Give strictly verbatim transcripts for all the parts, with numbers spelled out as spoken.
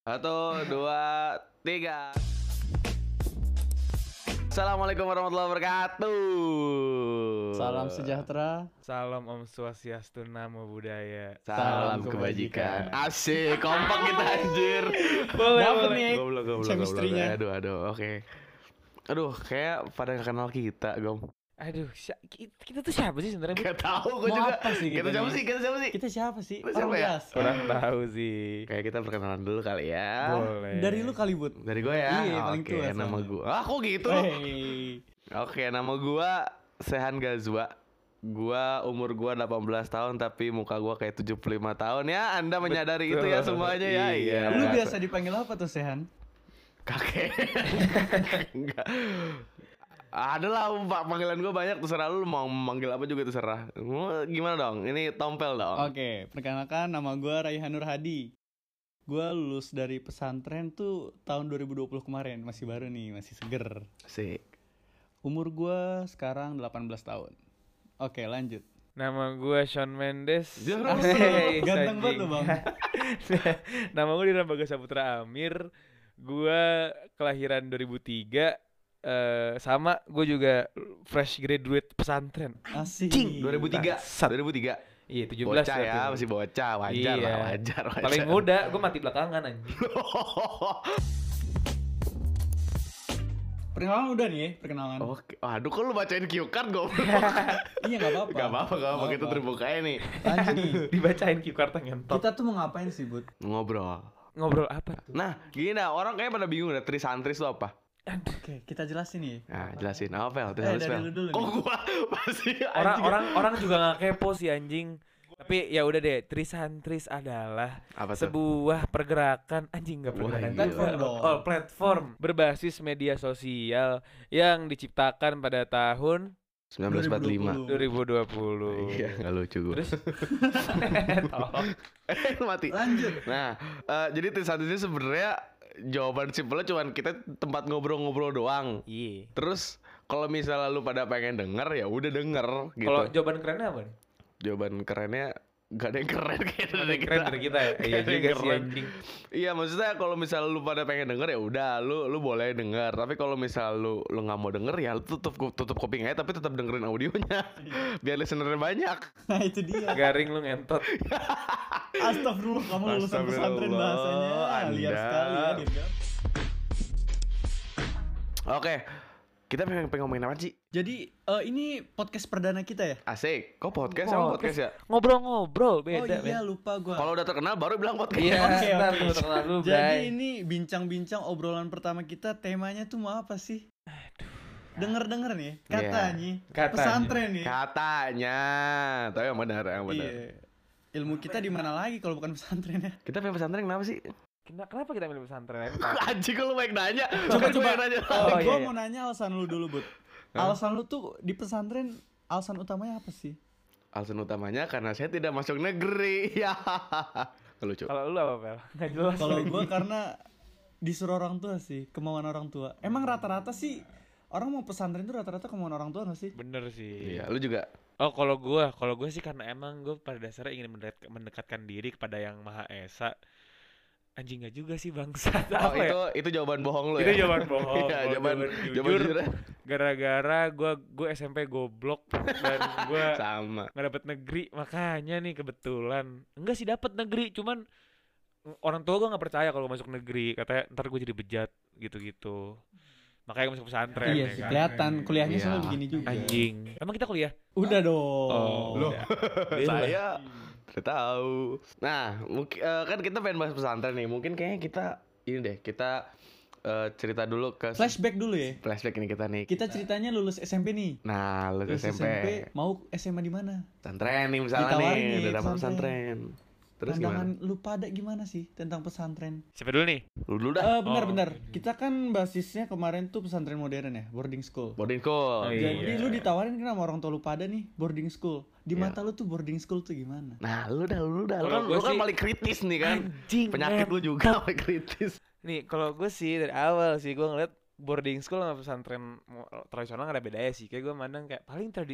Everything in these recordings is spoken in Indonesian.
Satu, dua, tiga. Assalamualaikum warahmatullahi wabarakatuh. Salam sejahtera. Salam Om Swastiastu, Namo Buddhaya. Salam Salam kebajikan. kebajikan. Asik, kompak kita anjir. Boleh, Dapet boleh. nih Goblok, goblok, chemistry-nya. goblok. Aduh, aduh, oke. Aduh, kayak pada gak kenal kita, Gom. Aduh, sy- kita, kita tuh siapa sih sebenarnya? Gak tahu gue Mau juga. apa sih kita kita siapa nih? sih? Kita siapa sih? Kita siapa sih? Kita Orang siapa ya? biasa. Kurang tahu sih. Kayak kita perkenalan dulu kali ya. Boleh. Dari lu kali, Bud. Dari gue ya. Iya, paling Oke, tua nama soalnya. gue. Ah, kok gitu? Hey. Oke, nama gue Sehan Gazwa. Gua umur gua delapan belas tahun tapi muka gua kayak tujuh puluh lima tahun ya. Anda menyadari itu ya Betul. semuanya ya. Iya. Lu Biasa. biasa dipanggil apa tuh, Sehan? Kakek. Enggak. Ada lah pak panggilan gue banyak, terserah lu mau manggil apa juga terserah. Mau gimana dong? Ini tompel dong. Oke, perkenalkan nama gua Raihan Nur Hadi. Gua lulus dari pesantren tuh tahun dua ribu dua puluh kemarin, masih baru nih, masih seger. Asik. Umur gua sekarang delapan belas tahun. Oke, lanjut. Nama gue Shawn Mendes. Ya, Hey, Ganteng banget anjing. lu, Bang. Nama gue Dira Bagas Saputra Amir. Gue kelahiran dua ribu tiga. Eh, sama gue juga fresh graduate pesantren. Asik. dua ribu tiga. Bangsat. dua ribu tiga. Iya, tujuh belas Bocah ya, berarti. masih bocah, wajar Iya. lah, wajar, wajar. Paling muda, gue mati belakangan anjing. Perkenalan udah nih ya, perkenalan. Oke, aduh kok lu bacain cue card gue? Iya, enggak apa-apa. Gak apa-apa, gak apa-apa, kita Nggak terbuka aja nih. Lanjut nih. Dibacain cue card ngentot. Kita tuh mau ngapain sih, Bud? Ngobrol. Ngobrol apa tuh? Nah, gini dah, orang kayaknya pada bingung dah, trisantris itu apa? Oke, kita jelasin nih. Nah, jelasin apa, Fel? Eh, Trisantris, dari Fel. lu dulu Kok nih. gua masih Orang anjing. orang orang juga nggak kepo sih anjing. Tapi ya udah deh, trisantris adalah Apa tuh? sebuah pergerakan anjing nggak Wah, pergerakan iya. juga. Platform dong. Oh, platform berbasis media sosial yang diciptakan pada tahun sembilan belas empat puluh lima. dua ribu dua puluh. Iya, gak lucu gua. Terus tolong. Eh, mati. Lanjut. Nah, eh, jadi trisantris ini sebenarnya jawaban simpelnya cuman kita tempat ngobrol-ngobrol doang. Iya. Terus kalau misalnya lu pada pengen denger ya udah denger gitu. Kalau jawaban kerennya apa nih? Jawaban kerennya gak ada yang keren kayaknya Ada yang keren dari kita ya? Iya Gak ada yang juga sih keren. anjing. Iya maksudnya kalau misalnya lu pada pengen denger ya udah lu lu boleh denger. Tapi kalau misal lu lu nggak mau denger ya lu tutup tutup kuping aja tapi tetap dengerin audionya biar listenernya banyak. Nah, itu dia. Garing lu ngentot. Astagfirullah, kamu lulusan Astagfirullah, pesantren bahasanya. Liar Anda. sekali ya, Dirga. Oke, kita pengen, pengen ngomongin apa sih? Jadi, eh, ini podcast perdana kita ya? Asik. Kok podcast sama podcast ya? Ngobrol-ngobrol beda. Oh iya, men. lupa gua. Kalau udah terkenal baru bilang podcast. Iya, Oke, ntar oke. tunggu terkenal dulu, Jadi Bray. ini bincang-bincang obrolan pertama kita, temanya tuh mau apa sih? Denger-denger nih, katanya. Katanya. Pesantren nih. Katanya. Tapi yang benar, yang benar. Iya. Ilmu kita di mana lagi kalau bukan pesantren ya? Kita pengen pesantren kenapa sih? Kena- Kenapa kita milih pesantren? Anjing kalau baik nanya. Coba Kan coba. gua yang nanya. Oh, gue iya, iya. mau nanya alasan lu dulu, Bud. Alasan lu tuh di pesantren, alasan utamanya apa sih? Alasan utamanya karena saya tidak masuk negeri. Ya. Lucu. Kalau lu apa, Pel? Nggak jelas. Kalau lagi. gue karena disuruh orang tua sih, kemauan orang tua. Emang rata-rata sih orang mau pesantren itu rata-rata kemauan orang tua gak sih? Bener sih. Iya, lu juga. Oh, kalau gua, kalau gua sih karena emang gua pada dasarnya ingin mendekat- mendekatkan diri kepada Yang Maha Esa. Anjing nggak juga sih bangsat. Oh, Apa ya? itu itu jawaban bohong lu Itu ya. jawaban bohong. Iya, Kalau jawaban jawaban jawaban jujur, jujur. Gara-gara gua gua S M P goblok dan gua Sama. nggak dapet negeri, makanya nih kebetulan enggak sih dapet negeri, cuman orang tua gua nggak percaya kalau masuk negeri, katanya ntar gua jadi bejat gitu-gitu, makanya gua masuk pesantren. Iya ya sih, kan? kelihatan kuliahnya Iya. selalu begini juga. Anjing, emang kita kuliah? Udah dong. Oh, Loh. udah. Beda. Saya tidak tahu. Nah, mungkin eh, kan kita pengen bahas pesantren nih. Mungkin kayaknya kita ini deh, kita eh, cerita dulu ke Flashback dulu ya. flashback ini kita nih. Kita ceritanya lulus S M P nih. Nah, lu Lulus S M P. mau S M A di mana? Pesantren nih misalnya Ditawarin nih, nih, udah dapat pesantren. pesantren. Terus Pandangan gimana? lu pada gimana sih tentang pesantren? Siapa dulu nih? Lu dulu dah. Eh benar Oh. benar. Kita kan basisnya kemarin tuh pesantren modern ya, boarding school. Boarding school. Oh, iya. Jadi lu ditawarin kan sama orang tua lu pada nih boarding school. Di Iya. mata lu tuh boarding school tuh gimana? Nah, lu dah, lu dah. Lu Kalau kan, gua lu kan sih- paling kritis nih kan. Anjing, Penyakit lu juga paling kritis. Nih, kalau gue sih dari awal sih gue ngeliat boarding school sama pesantren mo- tradisional gak ada bedanya sih. Kayak gue mandang kayak paling tradi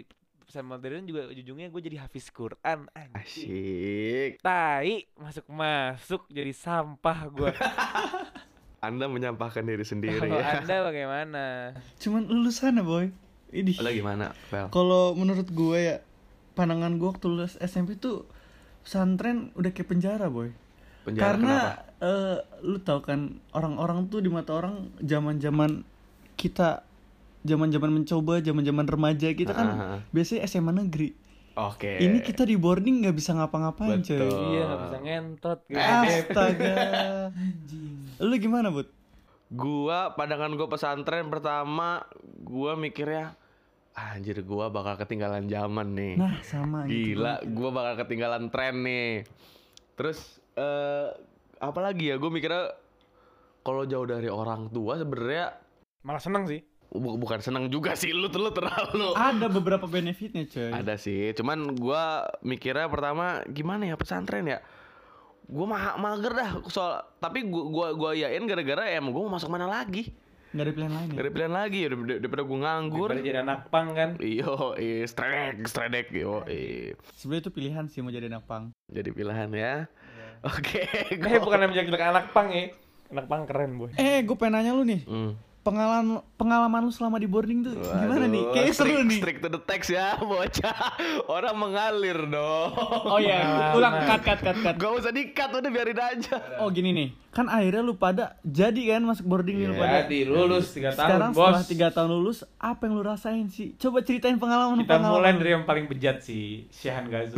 pesantren modern juga ujungnya gue jadi hafiz Quran. Anjing. Asyik. Tai masuk-masuk jadi sampah gue. Anda menyampahkan diri sendiri Kalau ya. Anda bagaimana? Cuman lulusan ya boy. Ini. Lo gimana, Vel? Kalau menurut gue ya, pandangan gue waktu lulus S M P tuh pesantren udah kayak penjara boy. Penjara Karena kenapa? eh, lu tau kan orang-orang tuh di mata orang zaman-zaman kita zaman-zaman mencoba, zaman-zaman remaja kita kan Ah, ah, ah. biasanya S M A negeri. Oke. Ini kita di boarding nggak bisa ngapa-ngapain coy. Betul. Iya nggak bisa ngentot. Gitu. Astaga. Lu gimana bud? Gua pandangan gua pesantren pertama, gua mikirnya anjir gua bakal ketinggalan zaman nih. Nah sama gitu. Gila, gua bakal ketinggalan tren nih. Terus eh apalagi ya, gua mikirnya kalau jauh dari orang tua sebenarnya Malah seneng sih. bu- bukan seneng juga sih, lu tuh lu terlalu. Ada beberapa benefitnya coy. Ada sih, cuman gua mikirnya pertama gimana ya pesantren ya. Gua mah mager dah soal, tapi gua gua gua yain gara-gara emang gua mau masuk mana lagi. Nggak ada pilihan lain ya. Gak ada pilihan lagi dar- dar- daripada gua nganggur. Daripada jadi anak pang kan. Iyo, eh, stredek, stredek, yo, eh. Sebenarnya itu pilihan sih mau jadi anak pang. Jadi pilihan ya. Oke, Eh gua. bukan yang menjadi anak pang ya. Anak pang keren boy. Eh, gue pengen nanya lu nih. Hmm. Pengalaman pengalaman lu selama di boarding tuh gimana nih? Waduh, Kayaknya seru strict- nih. Strict to the text ya, bocah. Orang mengalir dong. Oh iya, ulang cut cut cut cut. Gak usah di-cut, udah biarin aja. Oh gini nih, kan akhirnya lu pada jadi kan masuk boarding nih lu pada. Jadi lulus tiga tahun Sekarang bos. setelah tiga tahun lulus, apa yang lu rasain sih? Coba ceritain pengalaman Kita pengalaman. mulai dari yang paling bejat sih, Syahan Gazo.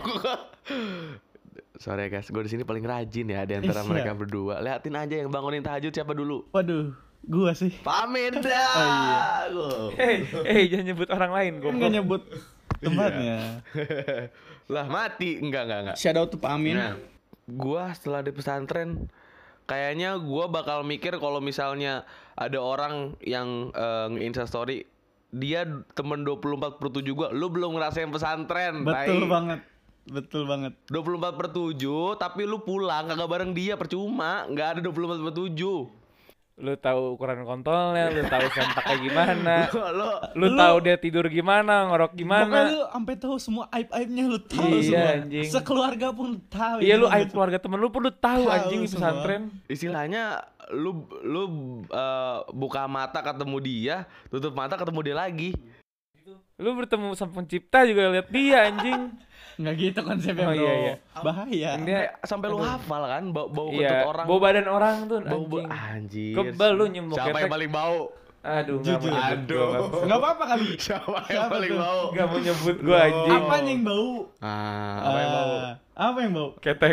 Sorry guys, gue di sini paling rajin ya di antara Iya. mereka berdua. Liatin aja yang bangunin tahajud siapa dulu. Waduh, gua sih. Pamit dah. Oh, iya. Gua. Hei, hei jangan nyebut orang lain Kan gue. nggak nyebut tempatnya. Lah mati, enggak enggak enggak. Shout out to Pak Amin. Nah, gua setelah di pesantren kayaknya gua bakal mikir kalau misalnya ada orang yang eh, nge-insta story dia temen dua puluh empat per tujuh gua, lu belum ngerasain pesantren. Betul tai. banget. Betul banget. dua puluh empat per tujuh tapi lu pulang kagak bareng dia percuma, nggak ada dua puluh empat per tujuh. Lu tahu ukuran kontolnya, lu tahu sempaknya gimana, Lu lu, Lu- tahu dia tidur gimana, ngorok Pokoknya gimana. lu sampai tahu semua aib-aibnya lu tahu Iya, semua. anjing. Sekeluarga pun lu tahu. Iya lu Gimana aib tuh? keluarga temen lu pun lu tahu Tahu anjing di semua. pesantren. istilahnya lu lu eh, buka mata ketemu dia, tutup mata ketemu dia lagi. Lu bertemu sama pencipta juga lihat dia anjing. Nggak gitu konsepnya Oh, bro. iya, iya. Bahaya. Dia Sampai lu hafal kan bau bau kentut iya, orang. bau badan orang tuh bau bau anjing. anjir. Kebal lu nyemuk Siapa ketek. yang paling bau? Aduh, enggak mau Jujur. nyebut Aduh. gua, nggak mau. Nggak apa-apa kali. Siapa yang Siapa paling tuh? bau? Nggak mau nyebut gua anjing. Apa yang bau? Ah, apa yang bau? Ah, apa yang bau? Ketek.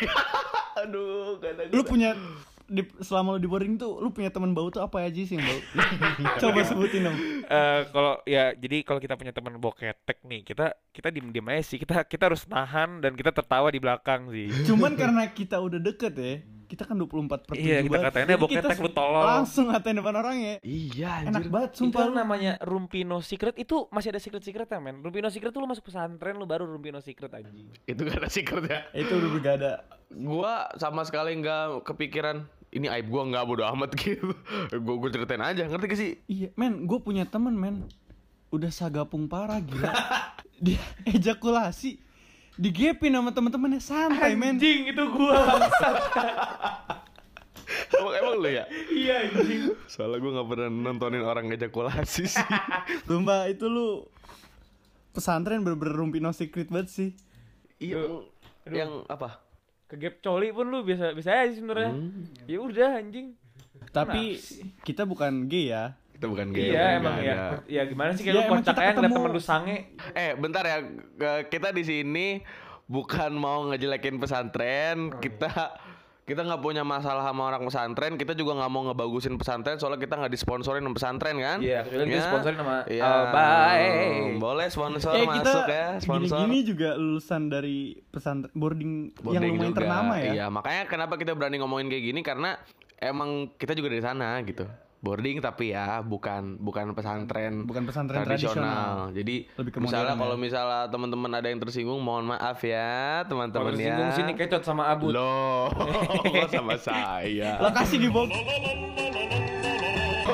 Aduh, kata Lu punya di, selama lu di boarding tuh lu punya teman bau tuh apa aja sih yang bau? Coba sebutin dong. Eh kalau ya jadi kalau kita punya teman bawa ketek nih, kita kita diem-diem aja sih. Kita kita harus nahan dan kita tertawa di belakang sih. Cuman karena kita udah deket ya, kita kan dua puluh empat per tujuh Iya, kita banget. katainnya Jadi bawa kita ketek lu tolol. langsung ngatain depan orang ya. Iya, Enak anjir. banget Itu sumpah lu. namanya Rumpino Secret, itu masih ada secret-secret ya men. Rumpino Secret tuh lu masuk pesantren lu baru Rumpino Secret anjing. Itu gak ada secret ya. Itu udah bergada. Gua sama sekali nggak kepikiran ini aib gua, nggak bodo amat gitu. Gua gua ceritain aja, ngerti gak sih? Iya, men, gue punya temen men, udah sagapung parah gila. Dia ejakulasi, digepin sama teman-temannya santai men. Anjing itu gua. Emang, emang lu ya? Iya anjing. Soalnya gua nggak pernah nontonin orang ejakulasi sih. Sumpah itu lu pesantren bener-bener rumpi no secret banget sih. Iya. Aduh. Yang apa? Kegep coli pun lu biasa bisa aja sih sebenarnya. Hmm. Ya udah anjing. Tapi kita bukan gay ya. Kita bukan gay. Iya bukan emang gay, ya. ada. Ya gimana sih Ya, kayak lu emang kocak kita aja ngeliat ketemu- temen lu sange. Eh, bentar ya. Ke- Kita di sini bukan mau ngejelekin pesantren. Kita kita nggak punya masalah sama orang pesantren. Kita juga nggak mau ngebagusin pesantren. Soalnya kita nggak disponsorin sama pesantren kan? Iya, kecuali kita Ya. sponsorin sama Iya. Albay. Boleh sponsor Eh masuk ya. Sponsor. gini-gini juga lulusan dari pesantren boarding, yang Bonding lumayan juga. ternama ya. Iya, makanya kenapa kita berani ngomongin kayak gini karena emang kita juga dari sana gitu. Boarding tapi ya bukan bukan pesantren Bukan pesantren tradisional. Jadi Lebih ke misalnya modern kalau ya. misalnya teman-teman ada yang tersinggung mohon maaf ya Kalau teman-teman ya. tersinggung sini kecot sama Abud. Loh, kok sama saya. Lokasi di bawah.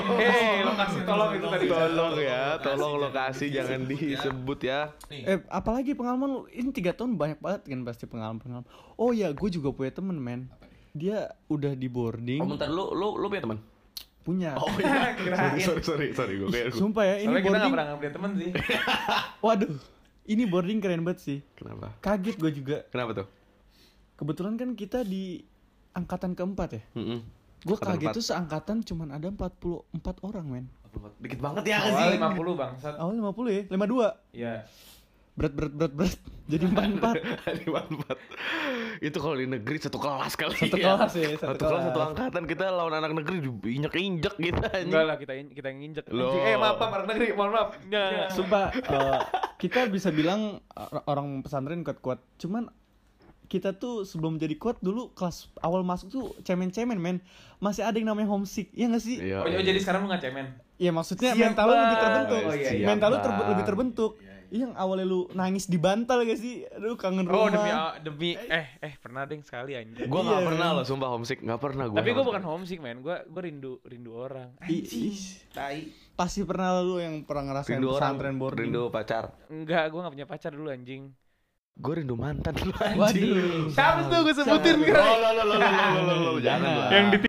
Hei, lokasi tolong itu tadi. Tolong ya, tolong lokasi jangan disebut ya. Eh, apalagi pengalaman lu? Ini tiga tahun banyak banget kan pasti pengalaman-pengalaman. Oh ya, gue juga punya temen, men. Dia udah di boarding. Oh bentar, lu lu lu punya teman? Punya. Oh iya, sorry sorry sorry sorry gue kayak Sumpah ya, ini Soalnya kita boarding. gak pernah ngambil temen sih. Waduh, ini boarding keren banget sih. Kenapa? Kaget gue juga. Kenapa tuh? Kebetulan kan kita di angkatan keempat ya. Mm-mm. Gue Angkatan kaget empat. tuh seangkatan cuman ada empat puluh empat orang, men. Dikit banget ya Awal lima puluh bangsat. Awal lima puluh ya, lima puluh dua. Iya. Berat berat berat berat. Jadi empat puluh empat. lima puluh empat. Itu kalau di negeri satu kelas kali. Satu ya. kelas ya, satu Satu kelas kelas. satu angkatan, kita lawan anak negeri injek-injek gitu anjing. Enggak lah, kita in- kita yang nginjek. Loh. Anjing, Eh, maaf, Pak, orang negeri, mohon maaf. Ya. Sumpah, eh, kita bisa bilang or- orang pesantren kuat-kuat. Cuman kita tuh sebelum jadi kuat dulu kelas awal masuk tuh cemen-cemen, men. Masih ada yang namanya homesick, ya nggak sih? Iya. Oh, oh, jadi sekarang lu nggak cemen? Iya, maksudnya Siap, mental lu lebih Bang. terbentuk. Oh, iya, iya. Mental lu Siap, ter- Bang. lebih terbentuk. Iya, yang awalnya lu nangis di bantal gak sih? Aduh, kangen Oh, rumah. demi demi eh eh pernah deh sekali anjing. Gua nggak Iya. pernah loh, sumpah homesick nggak pernah gua. Tapi sama gue sekali. bukan homesick, men. Gue gue rindu rindu orang. I- ih, Tai. pasti pernah lu yang pernah ngerasain rindu orang, pesantren boarding. rindu pacar. Enggak, gue gak punya pacar dulu anjing. Gue rindu mantan dulu Waduh. anjing. Siapa tuh gue sebutin Siapa? kan? Lo lo lo lo lo lo lo lo jangan lah. Yang di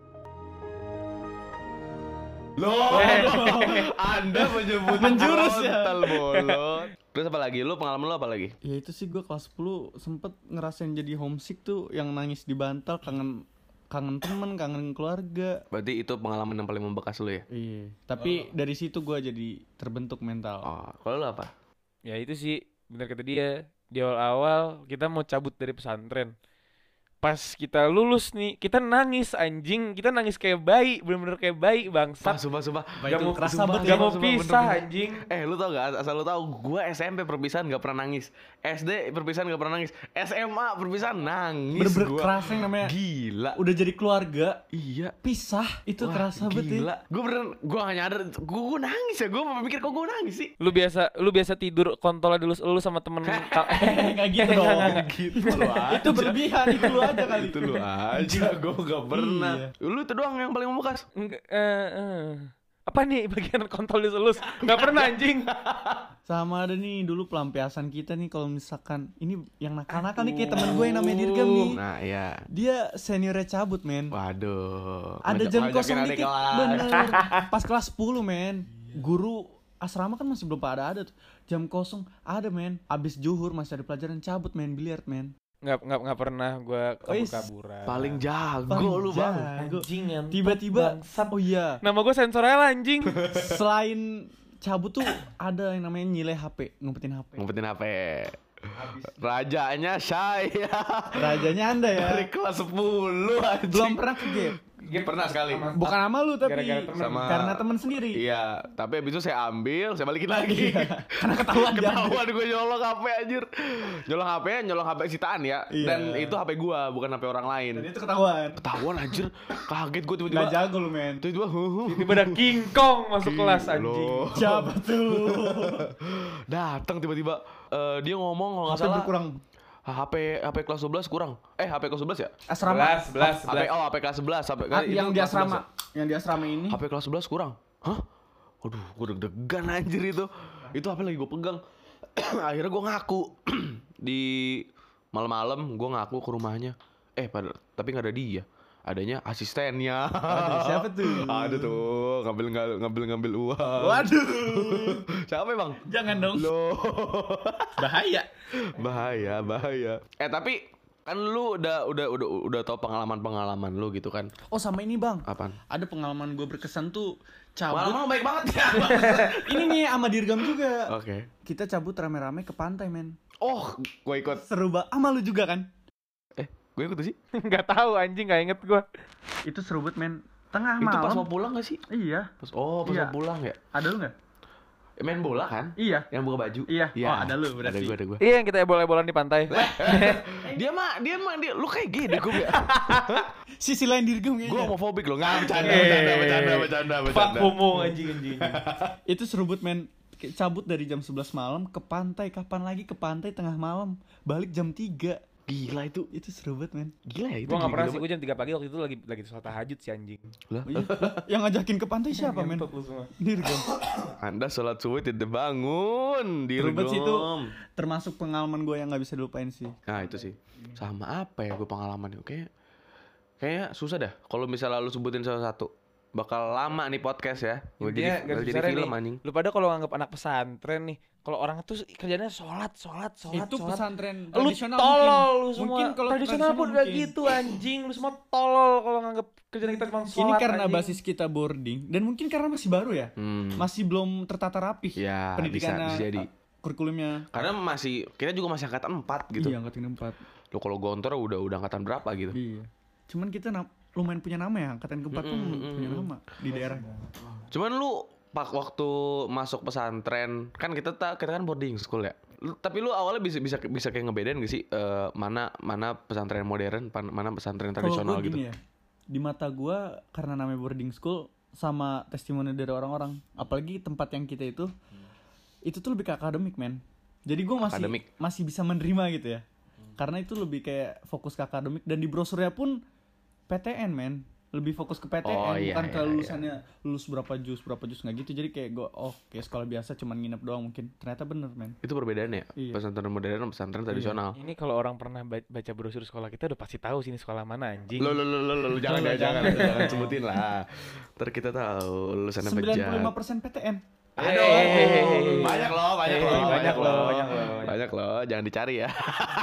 Loh, Anda menyebut Menjurus ya. frontal bolot. Terus apa lagi? Lu pengalaman lu apa lagi? Ya itu sih gue kelas sepuluh sempet ngerasain jadi homesick tuh, yang nangis di bantal, kangen kangen temen, kangen keluarga. Berarti itu pengalaman yang paling membekas lu ya? Iya. Tapi dari situ gue jadi terbentuk mental. Oh, kalau lu apa? Ya itu sih benar kata dia. Di awal-awal kita mau cabut dari pesantren. Pas kita lulus nih, kita nangis anjing. Kita nangis kayak bayi, bener-bener kayak bayi Sumpah, bangsat. sumpah, sumpah. Gak mau kerasa banget gak ya. mau sumpah, pisah bener-bener. anjing. Eh, lu tau gak? Asal lu tau, gua S M P perpisahan gak pernah nangis. S D perpisahan gak pernah nangis. S M A perpisahan nangis Bener-bener gua. kerasa yang namanya Gila. udah jadi keluarga, Iya. pisah. Itu Wah, kerasa banget ya. gila. Gue bener, gue gak nyadar. Gue gue nangis ya. Gue mikir kok gue nangis sih. Lu biasa lu biasa tidur kontolnya dulu lu sama temen ka- Nggak gitu Nggak, dong. nggak, nggak. Gitu lu aja. Itu berlebihan, itu lu aja kali. Itu lu aja. Gue gak pernah. Iya. Lu itu doang yang paling membekas. Enggak, eh, eh. Apa nih bagian kontol diselus? Gak pernah anjing. Sama ada nih dulu pelampiasan kita nih, kalau misalkan ini yang nakal-nakal nih, kayak temen gue yang namanya Dirgam nih. Nah, iya. Dia seniornya cabut, men. Waduh. Ada Ngajak- jam ngajakin kosong adik dikit. kelas. Bener. Pas kelas sepuluh, men. Guru asrama kan masih belum pada ada tuh. Jam kosong ada, men. Abis zuhur masih ada pelajaran, cabut main biliar, men. Nggak, nggak, nggak pernah gue Wis, kabur-kaburan. Paling jago Paling lu, Bang. jago. Anjing ngentot, Tiba-tiba, bangsat. oh iya, Nama gue sensorel anjing. selain cabut tuh ada yang namanya nyileh H P, ngumpetin H P. Ngumpetin H P. Rajanya saya. Rajanya Anda ya. Dari kelas sepuluh anjing. Belum pernah ke game. Pernah sekali. Bukan sama lu tapi Gara-gara temen. Sama- karena temen sendiri. Iya, tapi abis itu saya ambil, saya balikin lagi. Karena ketahuan dia. Ketahuan gue nyolong H P anjir. Nyolong H P, nyolong H P sitaan ya. Iya. Dan itu H P gua, bukan H P orang lain. Dan itu ketahuan. Ketahuan anjir. Kaget gue tiba-tiba. Gak jago lu, men. Tiba-tiba. huh, Tiba ada King Kong masuk kelas anjing. Loh. Siapa tuh? Datang tiba-tiba. Eh, dia ngomong kalau nggak H P salah. berkurang. H P H P kelas sebelas kurang. Eh, H P kelas sebelas ya? Asrama. Sebelas, sebelas, H P sebelas. oh, H P kelas sebelas, H P Ah, itu yang di kelas sebelas asrama. Yang di asrama ini. ya? H P kelas sebelas kurang. Hah? Waduh, gue deg-degan anjir itu. Itu H P lagi gue pegang. Akhirnya gue ngaku di malam-malam gue ngaku ke rumahnya. Eh, pada tapi nggak ada dia. Adanya asistennya. Aduh, siapa tuh? Ada tuh, ngambil ngambil ngambil uang. Waduh. Siapa Bang? Jangan dong. Loh. Bahaya. bahaya, bahaya. Eh, tapi kan lu udah udah udah udah tau pengalaman-pengalaman lu gitu kan. Oh, sama ini, Bang. Apaan? Ada pengalaman gue berkesan tuh cabut. Pengalaman lu baik banget ya. Ini nih sama Dirgam juga. Oke. Kita cabut rame-rame ke pantai, men. Oh, gue ikut. Seru banget. Sama lu juga kan? Eh, gue ikut tuh sih. Nggak tahu anjing, nggak inget gue. Itu seru banget, men. Tengah Itu pas malam. mau pulang gak sih? Iya. Pas, oh, pas Iya. mau pulang ya? Ada lu nggak? Eh, main bola kan? Iya. Yang buka baju? Iya. Oh, ada lu berarti. Ada gue, ada gue. Iya yang kita ebol-ebolan di pantai. Dia mah, dia mah, dia, lu kayak gini gue ya. Sisi lain Dirgam kayaknya. Gue homofobik loh, nggak bercanda, Eh. bercanda, bercanda, bercanda, Fuck bercanda. homo anjing anjing. Itu seru banget, men. Kayak cabut dari jam sebelas malam ke pantai. Kapan lagi ke pantai tengah malam? Balik jam tiga. Gila itu. Itu seru banget, men. Gila ya itu. Gua nggak pernah gila sih, gua jam tiga pagi waktu itu lagi lagi sholat tahajud si anjing. Lah, Oh, iya. Yang ngajakin ke pantai siapa, men? Ngentot lu semua. Dirgom. Anda sholat subuh tidak bangun. Seru banget sih itu. Dirgom. Termasuk pengalaman gue yang nggak bisa dilupain sih. Nah itu sih. Sama apa ya gue pengalaman kayak kayaknya susah dah. Kalau misalnya lu sebutin salah satu, bakal lama nih podcast ya. Gue Intinya, jadi, garis jadi besarnya film nih, anjing. lu pada kalau nganggap anak pesantren nih, kalau orang tuh kerjanya sholat, sholat, sholat, Itu sholat. pesantren Lu tradisional tolol mungkin. lu semua. Mungkin kalau tradisional pun udah mungkin. gitu anjing. Lu semua tolol kalau nganggap kerjaan kita cuma sholat. Ini karena anjing. basis kita boarding dan mungkin karena masih baru ya. Hmm. Masih belum tertata rapih. Ya, pendidikannya, bisa- bisa jadi. uh, kurikulumnya. Karena masih kita juga masih angkatan empat gitu. Iya, angkatan empat. Lo kalau Gontor udah udah angkatan berapa gitu. Iya. Cuman kita na- lumayan punya nama ya, angkatan keempat pun Mm-mm, punya mm-mm. nama di daerah. Cuman lu pak waktu masuk pesantren kan kita tak kita kan boarding school ya. Lu, tapi lu awalnya bisa bisa bisa kayak ngebedain gak sih eh, mana mana pesantren modern, pan- mana pesantren Kalau tradisional gue gitu. gini ya, di mata gue karena namanya boarding school sama testimoni dari orang-orang, apalagi tempat yang kita itu, itu tuh lebih ke akademik, men. Jadi gue masih Akademik. masih bisa menerima gitu ya, karena itu lebih kayak fokus ke akademik dan di brosurnya pun P T N, men. Lebih fokus ke P T N, Oh, iya, bukan ke iya, lulusannya lulus berapa jus berapa jus nggak gitu. Jadi kayak gue, oh kayak sekolah biasa cuman nginep doang mungkin. Ternyata bener, men. Itu perbedaannya ya? Iya. Pesantren modern sama pesantren tradisional. Ini kalau orang pernah ba- baca brosur sekolah kita udah pasti tahu sih ini sekolah mana anjing. Lo lo lo lo lo jangan Lo, ya, jangan jangan. jangan sebutin lah. Ntar kita tahu lulusannya sembilan puluh lima bejat. persen P T N. Aduh, Hey. banyak loh, banyak Hey, loh, banyak loh, banyak loh, loh. banyak loh, jangan dicari ya.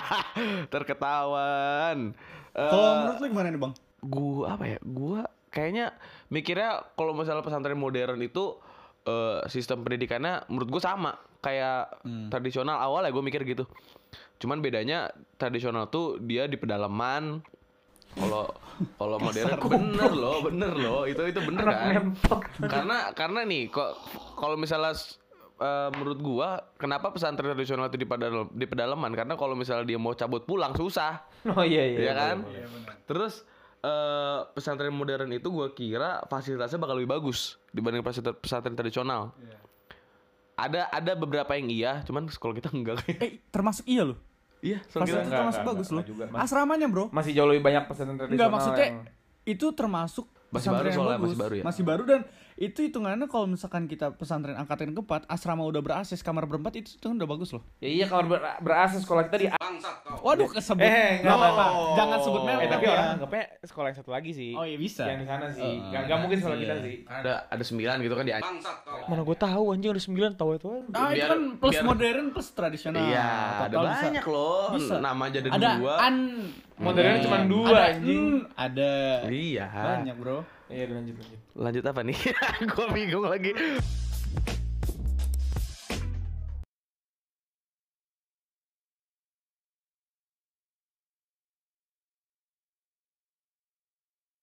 Terketahuan. Kalau menurut lu gimana nih, Bang? Gua apa ya? Gua kayaknya mikirnya kalau misalnya pesantren modern itu eh, sistem pendidikannya menurut gua sama kayak Hmm. tradisional awal ya gue mikir gitu. Cuman bedanya tradisional tuh dia di pedalaman. Kalau kalau modern bener loh, bener loh. Itu itu bener kan? Karena karena nih kok kalau misalnya eh, menurut gua kenapa pesantren tradisional itu di pedal di pedalaman? Karena kalau misalnya dia mau cabut pulang susah. Oh iya iya. Iya kan? boleh, boleh. Terus eh, pesantren modern itu gue kira fasilitasnya bakal lebih bagus dibanding pesantren, pesantren tradisional. Ada ada beberapa yang iya, cuman kalau kita enggak. Eh, termasuk iya loh. Iya, soal kita Fasilitas enggak, termasuk enggak, bagus enggak loh. juga. Asramanya, bro. Masih jauh lebih banyak pesantren tradisional. Enggak, maksudnya yang- itu termasuk Masih pesantren baru yang soalnya, bagus. masih baru ya? Masih baru dan itu hitungannya kalau misalkan kita pesantren angkatan keempat, asrama udah ber-A C S, kamar berempat itu tuh udah bagus loh. Ya iya kamar ber- ber-A C sekolah kita di Waduh, kesebut. Eh, Nggak no. apa-apa. Jangan sebut merek. Eh tapi ya. orang anggapnya sekolah yang satu lagi sih. Oh iya bisa. Yang di sana sih. Oh, Gak, gak mungkin sekolah iya. kita sih. ada ada sembilan gitu kan di Mana gue tahu anjing ada sembilan tahu itu. Ah, itu Biar- kan plus biar- modern plus tradisional. Iya, ada Total bisa- banyak loh. bisa. Nama aja ada, Ada dua. an Modernnya Hmm. cuma dua, ada, anjing. hmm, ada Iya. banyak, bro. Iya lanjut lanjut. Lanjut apa nih? Gua bingung lagi.